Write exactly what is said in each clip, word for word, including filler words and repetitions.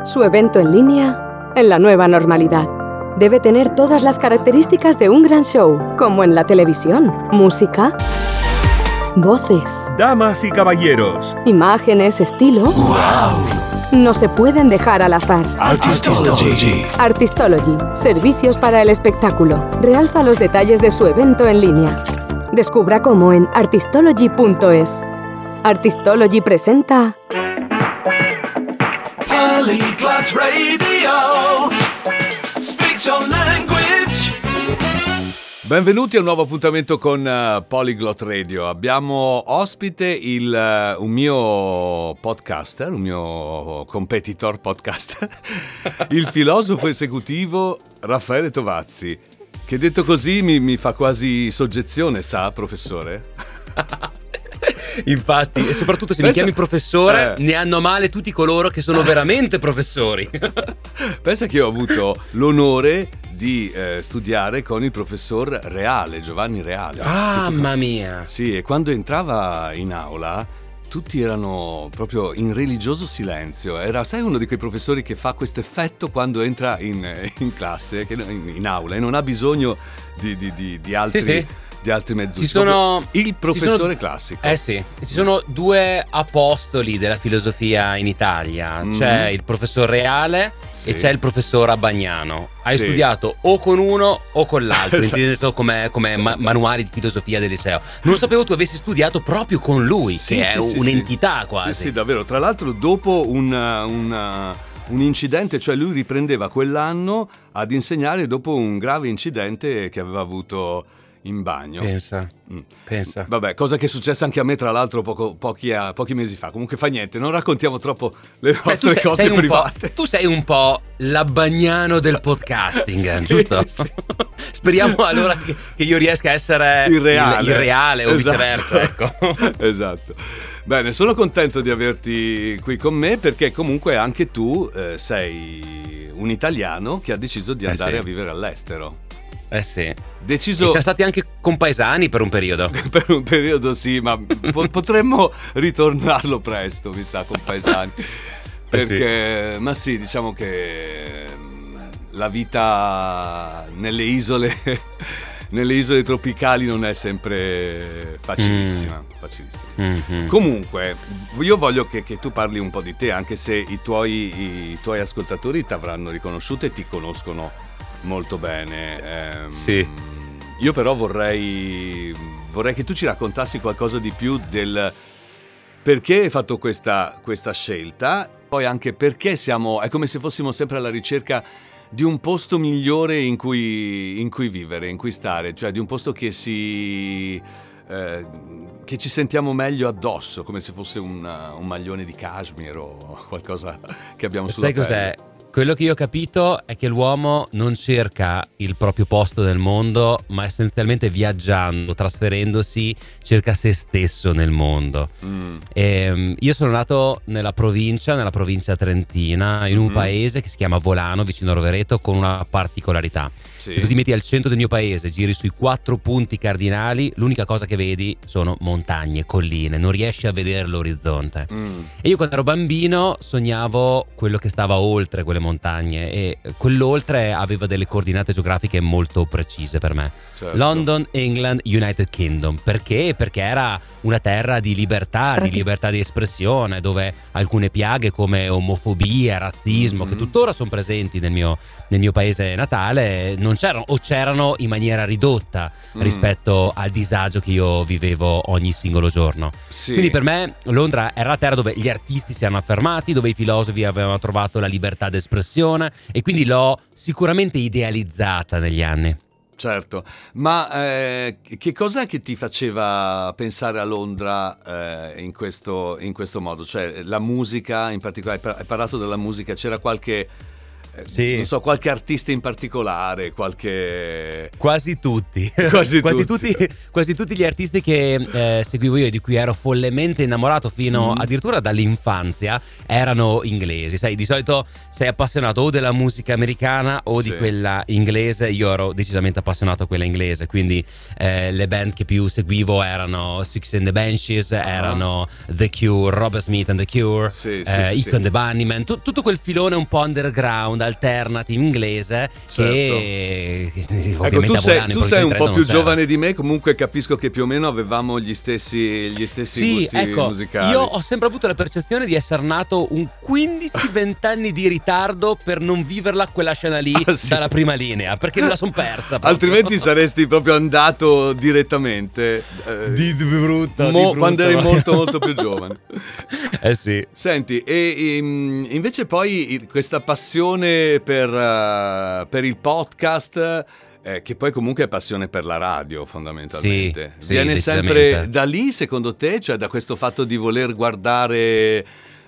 Su evento en línea en la nueva normalidad. Debe tener todas las características de un gran show, como en la televisión. Música, voces, damas y caballeros, imágenes, estilo. ¡Wow! No se pueden dejar al azar. Artistology. Artistology. Servicios para el espectáculo. Realza los detalles de su evento en línea. Descubra cómo en artistology punto es. Artistology presenta Polyglot Radio. Speak your language. Benvenuti a un nuovo appuntamento con uh, Polyglot Radio. Abbiamo ospite il, uh, un mio podcaster, un mio competitor podcaster, il filosofo esecutivo Raffaele Tovazzi, che detto così mi, mi fa quasi soggezione, sa, professore? Infatti, e soprattutto se Pensa, mi chiami professore, eh. ne hanno male tutti coloro che sono veramente professori. Pensa che ho avuto l'onore di eh, studiare con il professor Reale, Giovanni Reale. Ah, mamma mia! Sì, e quando entrava in aula tutti erano proprio in religioso silenzio. Era, sai, uno di quei professori che fa questo effetto quando entra in, in classe, che in, in aula, e non ha bisogno di, di, di, di altri... Sì, sì. di altri mezzi. Ci sono il professore ci sono, classico. Eh sì, ci sono due apostoli della filosofia in Italia. Mm. C'è il professor Reale, sì, e c'è il professor Abagnano. Hai sì. studiato o con uno o con l'altro, Esatto. inteso come, come ma- manuali di filosofia del liceo. Non sapevo tu avessi studiato proprio con lui, Sì, che sì, è sì, un'entità sì. quasi. Sì, sì, davvero. Tra l'altro dopo una, una, un incidente, cioè lui riprendeva quell'anno ad insegnare dopo un grave incidente che aveva avuto in bagno. Pensa, mm. pensa. Vabbè, cosa che è successa anche a me, tra l'altro, poco, pochi, a, pochi mesi fa. Comunque fa niente, non raccontiamo troppo le Beh, nostre sei, cose sei private. Tu sei un po' l'Abagnano del podcasting, Sì, giusto? sì. Speriamo allora che, che io riesca a essere Il reale, il, il reale o esatto. viceversa, ecco. Esatto. Bene, sono contento di averti qui con me perché comunque anche tu eh, sei un italiano che ha deciso di andare eh sì. a vivere all'estero. Eh sì. Deciso... E siamo stati anche compaesani per un periodo. Per un periodo sì, ma po- potremmo ritornarlo presto, mi sa, compaesani. Perché, ma sì, diciamo che la vita nelle isole, nelle isole tropicali non è sempre facilissima. Mm. facilissima. Mm-hmm. Comunque, io voglio che, che tu parli un po' di te, anche se i tuoi, i tuoi ascoltatori ti avranno riconosciuto e ti conoscono molto bene. Ehm, Sì. Io però vorrei vorrei che tu ci raccontassi qualcosa di più del perché hai fatto questa, questa scelta, poi anche perché siamo, è come se fossimo sempre alla ricerca di un posto migliore in cui, in cui vivere, in cui stare, cioè di un posto che si eh, che ci sentiamo meglio addosso, come se fosse una, un maglione di cashmere o qualcosa che abbiamo sulla Sai pelle. cos'è? Quello che io ho capito è che l'uomo non cerca il proprio posto nel mondo, ma essenzialmente viaggiando, trasferendosi, cerca se stesso nel mondo. Mm. E, io sono nato nella provincia, nella provincia trentina, in un mm. paese che si chiama Volano, vicino a Rovereto, con una particolarità. Sì. Se tu ti metti al centro del mio paese, giri sui quattro punti cardinali, l'unica cosa che vedi sono montagne, colline, non riesci a vedere l'orizzonte. Mm. E io quando ero bambino sognavo quello che stava oltre quelle montagne e quell'oltre aveva delle coordinate geografiche molto precise per me. Certo. London, England, United Kingdom. Perché? Perché era una terra di libertà, Strati. di libertà di espressione, dove alcune piaghe come omofobia, razzismo, mm-hmm. che tuttora sono presenti nel mio, nel mio paese natale, non c'erano o c'erano in maniera ridotta mm. rispetto al disagio che io vivevo ogni singolo giorno. Sì. Quindi per me Londra era la terra dove gli artisti si erano affermati, dove i filosofi avevano trovato la libertà d'espressione, e quindi l'ho sicuramente idealizzata negli anni. Certo, ma eh, che cos'è che ti faceva pensare a Londra eh, in questo, in questo modo? Cioè la musica in particolare, hai parlato della musica, c'era qualche eh, Sì. non so, qualche artista in particolare, qualche... Quasi tutti. Quasi, quasi tutti. tutti. Quasi tutti gli artisti che eh, seguivo io e di cui ero follemente innamorato fino Mm. addirittura dall'infanzia erano inglesi. Sai, di solito sei appassionato o della musica americana o Sì. di quella inglese. Io ero decisamente appassionato a quella inglese, quindi eh, le band che più seguivo erano Six and the Banshees, erano The Cure, Robert Smith and The Cure, Sì, sì, eh, sì, Icon sì. the Bunnymen, tu- tutto quel filone un po' underground, alternative inglese che, che Ecco, ovviamente tu a sei, Bolano in tu sei provincia un di po' Trento più non c'era. giovane di me, comunque capisco che più o meno avevamo gli stessi, gli stessi Sì, gusti ecco, musicali. io ho sempre avuto la percezione di essere nato un quindici venti anni di ritardo per non viverla quella scena lì Ah, sì. dalla prima linea, perché me la son persa proprio. Altrimenti saresti proprio andato direttamente eh, di, di brutto, mo- di brutto, quando eri ma- molto molto più giovane. Eh sì. Senti, e ehm, invece poi il- questa passione per, eh, per il podcast, eh, che poi comunque è passione per la radio fondamentalmente, Sì, sì, viene decisamente. sempre da lì secondo te? Cioè da questo fatto di voler guardare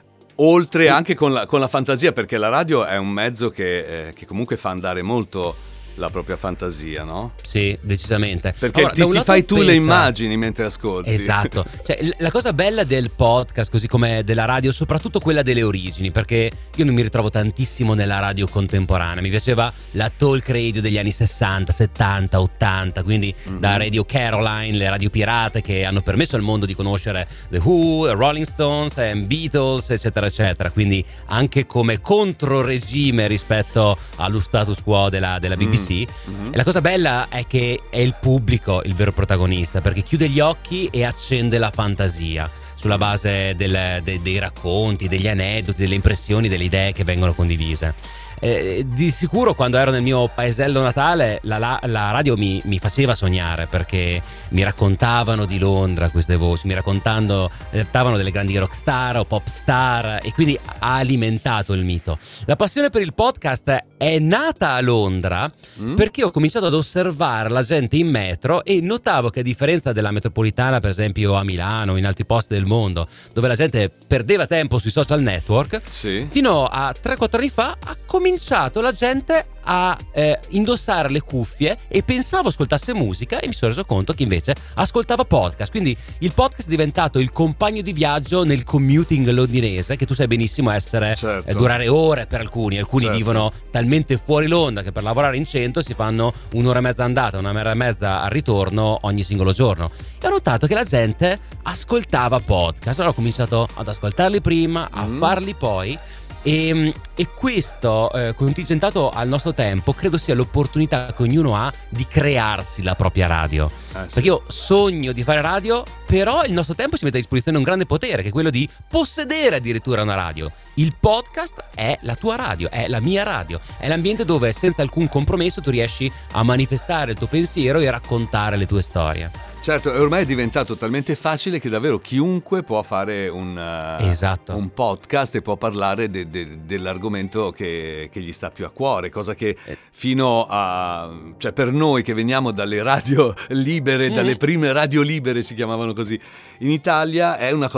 oltre anche con la, con la fantasia, perché la radio è un mezzo che, eh, che comunque fa andare molto la propria fantasia, no? Sì, decisamente. Perché Allora, ti, da un ti lato fai tu le pensa- immagini mentre ascolti. Esatto, cioè l- la cosa bella del podcast, così come della radio, soprattutto quella delle origini, perché io non mi ritrovo tantissimo nella radio contemporanea, mi piaceva la talk radio degli anni sessanta, settanta, ottanta, quindi Mhm. da Radio Caroline, le radio pirate che hanno permesso al mondo di conoscere The Who, Rolling Stones, and Beatles, eccetera eccetera, quindi anche come controregime rispetto allo status quo della, della B B C. Mhm. E la cosa bella è che è il pubblico il vero protagonista, perché chiude gli occhi e accende la fantasia sulla base del- de- dei racconti, degli aneddoti, delle impressioni, delle idee che vengono condivise. Eh, di sicuro quando ero nel mio paesello natale la, la- la radio mi, mi faceva sognare, perché mi raccontavano di Londra queste voci, mi raccontando, mi raccontavano delle grandi rockstar o pop star, e quindi ha alimentato il mito. La passione per il podcast è nata a Londra Mm? perché ho cominciato ad osservare la gente in metro e notavo che, a differenza della metropolitana, per esempio a Milano o in altri posti del mondo, dove la gente perdeva tempo sui social network, Sì. fino a tre quattro anni fa ha cominciato la gente a eh, indossare le cuffie, e pensavo ascoltasse musica e mi sono reso conto che invece ascoltava podcast. Quindi il podcast è diventato il compagno di viaggio nel commuting londinese, che tu sai benissimo essere Certo. eh, durare ore per alcuni. Alcuni Certo. vivono talmente fuori Londra che per lavorare in centro si fanno un'ora e mezza andata, un'ora e mezza al ritorno ogni singolo giorno. E ho notato che la gente ascoltava podcast. Allora ho cominciato ad ascoltarli prima, a Mm. farli poi. E, e questo eh, contingentato al nostro tempo credo sia l'opportunità che ognuno ha di crearsi la propria radio. Eh, sì. Perché io sogno di fare radio, però il nostro tempo ci mette a disposizione un grande potere, che è quello di possedere addirittura una radio. Il podcast è la tua radio, è la mia radio, è l'ambiente dove senza alcun compromesso tu riesci a manifestare il tuo pensiero e raccontare le tue storie. Certo, e ormai è diventato talmente facile che davvero chiunque può fare un, eh, Esatto. un podcast e può parlare de- de- dell'argomento che, che gli sta più a cuore, cosa che Eh. fino a... cioè per noi che veniamo dalle radio libere, Mm. dalle prime radio libere si chiamavano così, in Italia è una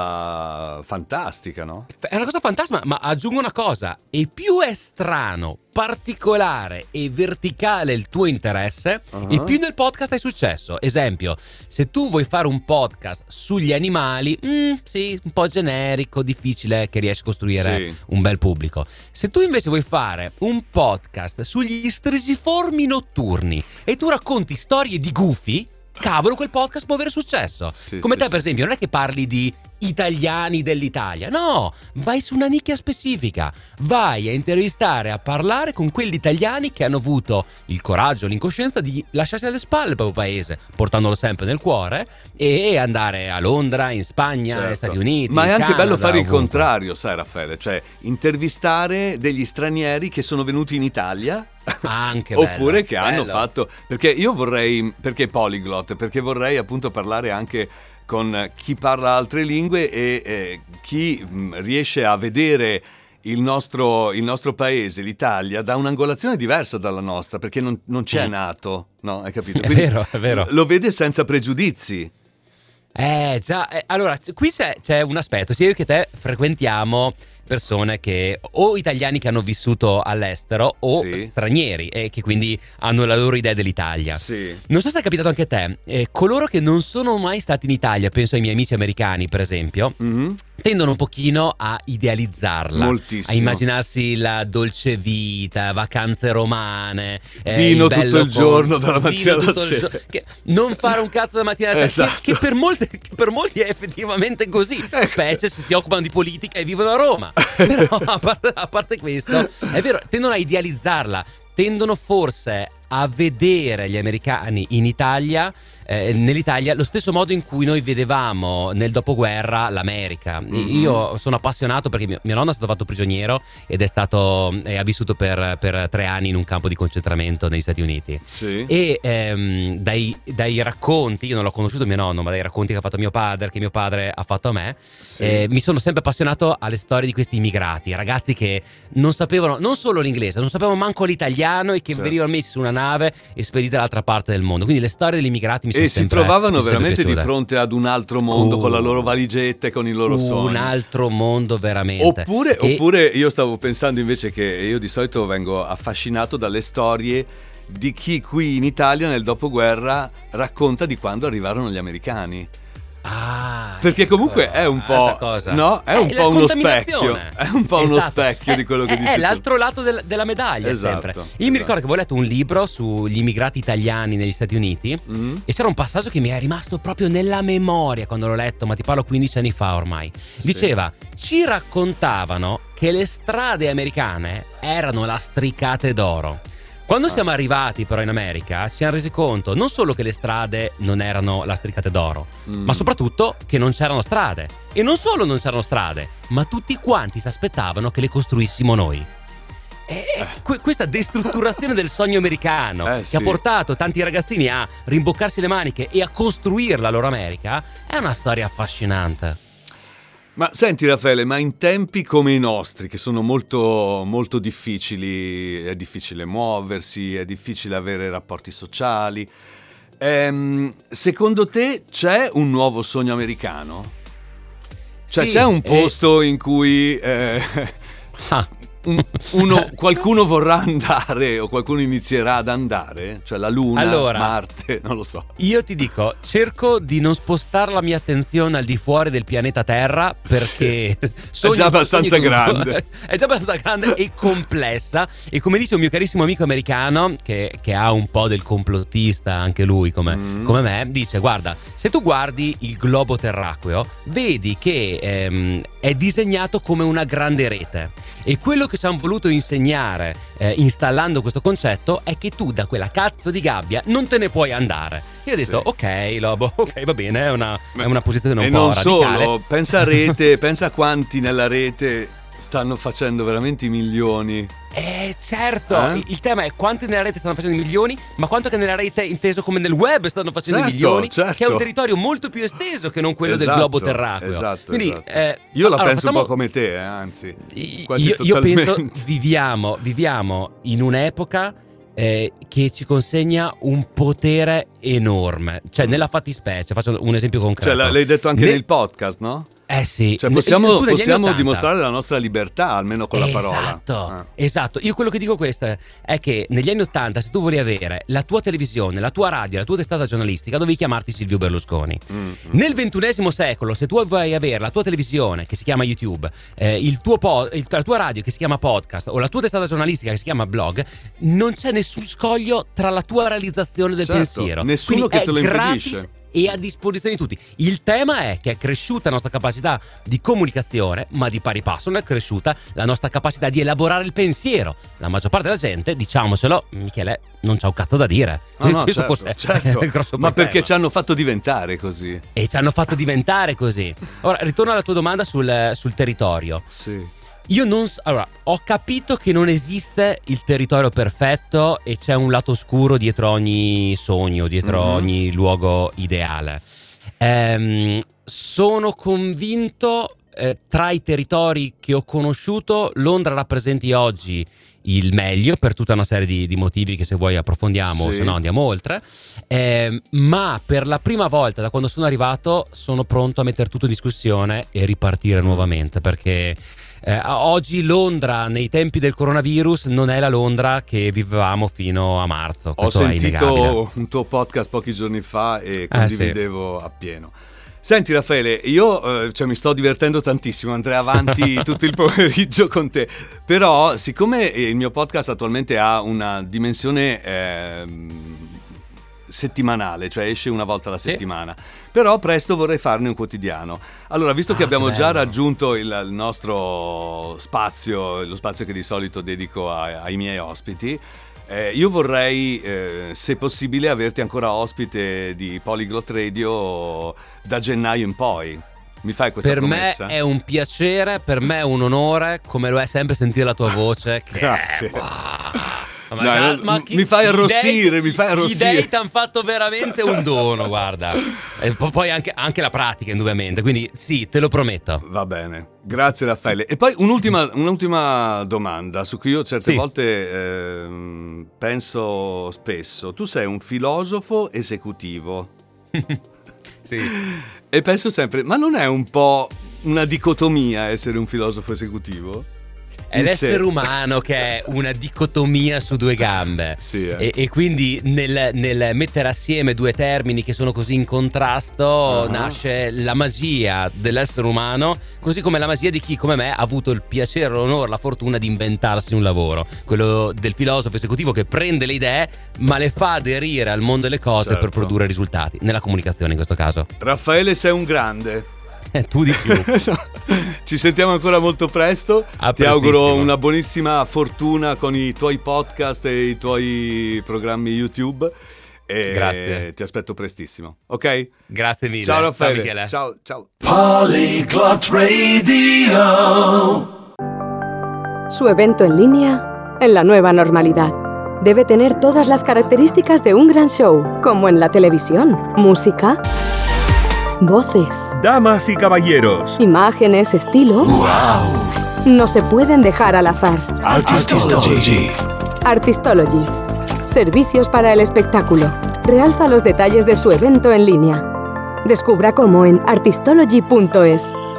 cosa fantastica, no? È una cosa fantastica, ma aggiungo una cosa: e più è strano, particolare e verticale il tuo interesse, Uh-huh. e più nel podcast hai successo. Esempio, se tu vuoi fare un podcast sugli animali, mm, sì, un po' generico, difficile che riesci a costruire Sì. un bel pubblico. Se tu invece vuoi fare un podcast sugli strisiformi notturni e tu racconti storie di gufi, cavolo, quel podcast può avere successo. Sì, Come sì, te, sì, per esempio, non è che parli di italiani dell'Italia, no, vai su una nicchia specifica, vai a intervistare, a parlare con quegli italiani che hanno avuto il coraggio, l'incoscienza di lasciarsi alle spalle il proprio paese, portandolo sempre nel cuore, e andare a Londra, in Spagna, Certo. negli Stati Uniti, Ma è in anche Canada, bello fare il ovunque. contrario, sai Raffaele, cioè intervistare degli stranieri che sono venuti in Italia Anche bello, oppure che hanno bello. fatto, perché io vorrei, perché polyglot, perché vorrei appunto parlare anche con chi parla altre lingue e eh, chi mh, riesce a vedere il nostro, il nostro paese, l'Italia, da un'angolazione diversa dalla nostra, perché non, non ci è Mm. nato, no? Hai capito? È vero, è vero. Lo vede senza pregiudizi. Eh già, eh, allora c- qui c'è, c'è un aspetto, sia io che te frequentiamo persone che o italiani che hanno vissuto all'estero o Sì. stranieri e che quindi hanno la loro idea dell'Italia. Sì. Non so se è capitato anche a te, eh, coloro che non sono mai stati in Italia, penso ai miei amici americani per esempio, Mhm. tendono un pochino a idealizzarla, Moltissimo. a immaginarsi la dolce vita, vacanze romane, eh, Vino il bello tutto il con- giorno, dalla mattina vino alla tutto il sera. gio- che non fare un cazzo da mattina alla sera, Esatto. che, che per molti, che per molti è effettivamente così, Ecco. specie se si occupano di politica e vivono a Roma. Però a parte, a parte questo, è vero, tendono a idealizzarla, tendono forse a vedere gli americani in Italia, eh, nell'Italia, lo stesso modo in cui noi vedevamo nel dopoguerra l'America. Mhm. Io sono appassionato perché mio, mio nonno è stato fatto prigioniero ed è stato e ha vissuto per, per tre anni in un campo di concentramento negli Stati Uniti. Sì. E ehm, dai, dai racconti, io non l'ho conosciuto mio nonno, ma dai racconti che ha fatto mio padre, che mio padre ha fatto a me, Sì. eh, mi sono sempre appassionato alle storie di questi immigrati, ragazzi che non sapevano non solo l'inglese, non sapevano manco l'italiano e che Certo. venivano messi su una nave e spediti dall'altra parte del mondo. Quindi le storie degli immigrati mi sono E si sempre trovavano mi sono sempre veramente di piaciute. fronte ad un altro mondo Uh. con la loro valigetta e con i loro sogni. Un altro mondo veramente. Oppure, E- oppure io stavo pensando invece che io di solito vengo affascinato dalle storie di chi qui in Italia nel dopoguerra racconta di quando arrivarono gli americani. Ah, Perché comunque ecco, è un po', altra cosa. no? È Eh, un la po' uno contaminazione. specchio. È un po' uno Esatto. specchio È- di quello che è, dici È tu. l'altro lato del- della medaglia Esatto, sempre. Io mi esatto. ricordo che avevo letto un libro sugli immigrati italiani negli Stati Uniti Mm? e c'era un passaggio che mi è rimasto proprio nella memoria quando l'ho letto, ma ti parlo quindici anni fa ormai. Diceva, ci raccontavano che le strade americane erano lastricate d'oro. Quando siamo arrivati però in America ci siamo resi conto non solo che le strade non erano lastricate d'oro, Mm. ma soprattutto che non c'erano strade. E non solo non c'erano strade, ma tutti quanti si aspettavano che le costruissimo noi. E e que- questa destrutturazione del sogno americano Eh, che sì. ha portato tanti ragazzini a rimboccarsi le maniche e a costruire la loro America è una storia affascinante. Ma senti Raffaele, ma in tempi come i nostri, che sono molto, molto difficili, è difficile muoversi, è difficile avere rapporti sociali, ehm, secondo te c'è un nuovo sogno americano? Cioè Sì, c'è un e- posto in cui eh, Ah. un- uno, qualcuno vorrà andare o qualcuno inizierà ad andare? Cioè la Luna, Allora, Marte, non lo so. Io ti dico, cerco di non spostare la mia attenzione al di fuori del pianeta Terra perché sogno- già abbastanza sogno- grande. È già abbastanza grande e complessa. E come dice un mio carissimo amico americano, che, che ha un po' del complottista anche lui come, Mm. come me, dice: guarda, se tu guardi il globo terracqueo, vedi che ehm, è disegnato come una grande rete. E quello che ci hanno voluto insegnare eh, installando questo concetto è che tu da quella cazzo di gabbia non te ne puoi andare. Io ho detto, Sì. ok Lobo, ok va bene, è una, è una posizione un e po' non radicale. solo, pensa a rete, pensa a quanti nella rete stanno facendo veramente i milioni. Eh certo, Eh? il- il tema è quanti nella rete stanno facendo i milioni, ma quanto che nella rete inteso come nel web stanno facendo Certo, i milioni, certo. che è un territorio molto più esteso che non quello del Esatto, globo terracqueo. Esatto, Quindi, esatto. eh, Io la allora, penso facciamo- un po' come te, eh, anzi. Quasi Io, io penso totalmente. viviamo, viviamo in un'epoca eh, che ci consegna un potere enorme. Cioè, nella fattispecie, faccio un esempio concreto. Cioè, l- l'hai detto anche Ne- nel podcast, no? Eh sì. Cioè, Ne- possiamo, tu negli anni possiamo ottanta. dimostrare la nostra libertà, almeno con la parola. Esatto, Ah. esatto. Io quello che dico questo è che negli anni ottanta, se tu volevi avere la tua televisione, la tua radio, la tua testata giornalistica, dovevi chiamarti Silvio Berlusconi. Mm, mm. Nel ventunesimo secolo, se tu vuoi avere la tua televisione che si chiama YouTube, eh, il tuo po- il- la tua radio che si chiama podcast o la tua testata giornalistica che si chiama blog, non c'è nessun scoglio tra la tua realizzazione del Certo, pensiero. nessuno Quindi che te lo è impedisce. gratis e a disposizione di tutti. Il tema è che è cresciuta la nostra capacità di comunicazione, ma di pari passo non è cresciuta la nostra capacità di elaborare il pensiero. La maggior parte della gente, diciamocelo, Michele, non c'ha un cazzo da dire. No, no, Questo certo, forse è certo. il grosso Ma problema. perché ci hanno fatto diventare così? E ci hanno fatto diventare così. Ora, ritorno alla tua domanda sul, sul territorio. Sì. Io non s- allora, ho capito che non esiste il territorio perfetto e c'è un lato oscuro dietro ogni sogno, dietro Mhm. ogni luogo ideale. Ehm, sono convinto, eh, tra i territori che ho conosciuto, Londra rappresenti oggi il meglio per tutta una serie di, di motivi che se vuoi approfondiamo, Sì. se no andiamo oltre. Ehm, ma per la prima volta da quando sono arrivato sono pronto a mettere tutto in discussione e ripartire nuovamente, perché eh, oggi Londra nei tempi del coronavirus non è la Londra che vivevamo fino a marzo. Ho Questo è sentito innegabile. un tuo podcast pochi giorni fa e Eh, condividevo appieno. Senti Raffaele, io eh, cioè, mi sto divertendo tantissimo, andrei avanti tutto il pomeriggio con te, però siccome il mio podcast attualmente ha una dimensione ehm, settimanale, cioè esce una volta alla Sì. settimana, però presto vorrei farne un quotidiano. Allora, visto che Ah, abbiamo bello. già raggiunto il, il nostro spazio, lo spazio che di solito dedico a- ai miei ospiti, eh, io vorrei, eh, se possibile, averti ancora ospite di Polyglot Radio da gennaio in poi. Mi fai questa Per promessa? me è un piacere, per me è un onore, come lo è sempre sentire la tua voce. Che Grazie. Ma, Dai, ma- non- ma chi- mi fai gli arrossire, dei- mi fai arrossire. Gli dei ti hanno fatto veramente un dono, guarda. E po- poi anche, anche la pratica, indubbiamente. Quindi sì, te lo prometto. Va bene, grazie Raffaele. E poi un'ultima, un'ultima domanda su cui io certe Sì. volte ehm, penso spesso. Tu sei un filosofo esecutivo Sì. e penso sempre, ma non è un po' una dicotomia essere un filosofo esecutivo? È In l'essere sé. umano che è una dicotomia su due gambe. Sì, eh. e, e quindi nel, nel mettere assieme due termini che sono così in contrasto Ah. nasce la magia dell'essere umano, così come la magia di chi come me ha avuto il piacere, l'onore, la fortuna di inventarsi un lavoro, quello del filosofo esecutivo che prende le idee ma le fa aderire al mondo delle cose Certo. per produrre risultati, nella comunicazione in questo caso. Raffaele, sei un grande. Eh, tu di più. Ci sentiamo ancora molto presto. A Ti auguro prestissimo. una buonissima fortuna con i tuoi podcast e i tuoi programmi YouTube. E Grazie. ti aspetto prestissimo, ok? Grazie mille. Ciao Raffaele. Michele. Ciao, ciao. Polyglot Radio. Su evento en línea en la nueva normalidad. Debe tener todas las características de un gran show, como en la televisión. Música, voces, Damas y caballeros, imágenes, estilo. No se pueden dejar al azar. Artistology. Artistology. Servicios para el espectáculo. Realza los detalles de su evento en línea. Descubra cómo en artistology punto es.